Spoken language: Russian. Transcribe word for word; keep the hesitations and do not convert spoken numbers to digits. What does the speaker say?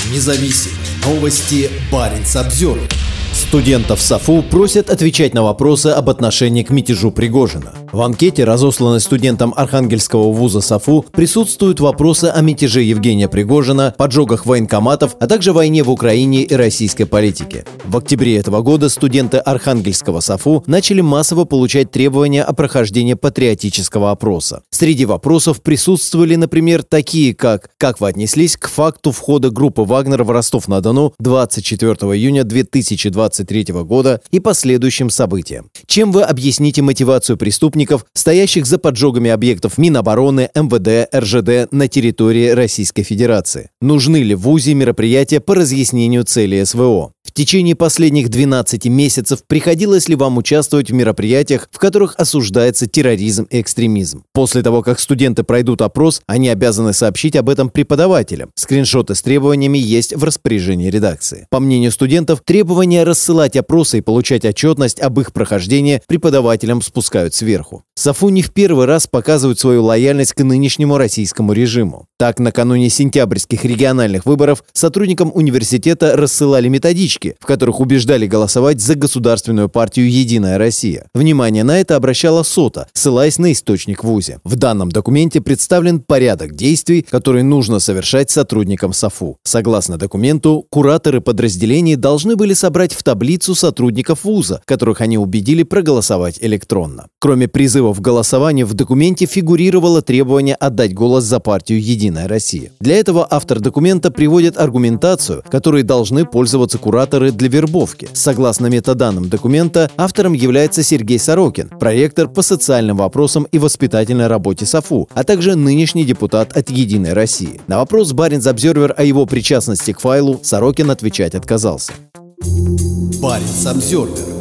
независим. Новости Баренц-Обзервер. Студентов САФУ просят отвечать на вопросы об отношении к мятежу Пригожина. В анкете, разосланной студентам Архангельского вуза САФУ, присутствуют вопросы о мятеже Евгения Пригожина, поджогах военкоматов, а также войне в Украине и российской политике. В октябре этого года студенты Архангельского САФУ начали массово получать требования о прохождении патриотического опроса. Среди вопросов присутствовали, например, такие как «Как вы отнеслись к факту входа группы «Вагнер» в Ростов-на-Дону двадцать четвёртого июня две тысячи двадцать третьего года и последующим событиям? Чем вы объясните мотивацию преступников, стоящих за поджогами объектов Минобороны, эм вэ дэ, эр жэ дэ на территории Российской Федерации? Нужны ли в вузе мероприятия по разъяснению цели эс вэ о? В течение последних двенадцати месяцев приходилось ли вам участвовать в мероприятиях, в которых осуждается терроризм и экстремизм? После того, как студенты пройдут опрос, они обязаны сообщить об этом преподавателям. Скриншоты с требованиями есть в распоряжении редакции. По мнению студентов, требования рассылать опросы и получать отчетность об их прохождении преподавателям спускают сверху. САФУ не в первый раз показывают свою лояльность к нынешнему российскому режиму. Так, накануне сентябрьских региональных выборов сотрудникам университета рассылали методички, в которых убеждали голосовать за государственную партию «Единая Россия». Внимание на это обращала СОТА, ссылаясь на источник в вузе. В данном документе представлен порядок действий, которые нужно совершать сотрудникам САФУ. Согласно документу, кураторы подразделений должны были собрать в таблицу сотрудников вуза, которых они убедили проголосовать электронно. Кроме призывов к голосованию, в документе фигурировало требование отдать голос за партию «Единая Россия». Для этого автор документа приводит аргументацию, которой должны пользоваться кураторы для вербовки. Согласно метаданным документа, автором является Сергей Сорокин, проректор по социальным вопросам и воспитательной работе САФУ, а также нынешний депутат от «Единой России». На вопрос Баренц-Обзервер о его причастности к файлу Сорокин отвечать отказался. Баренц-Обзервер.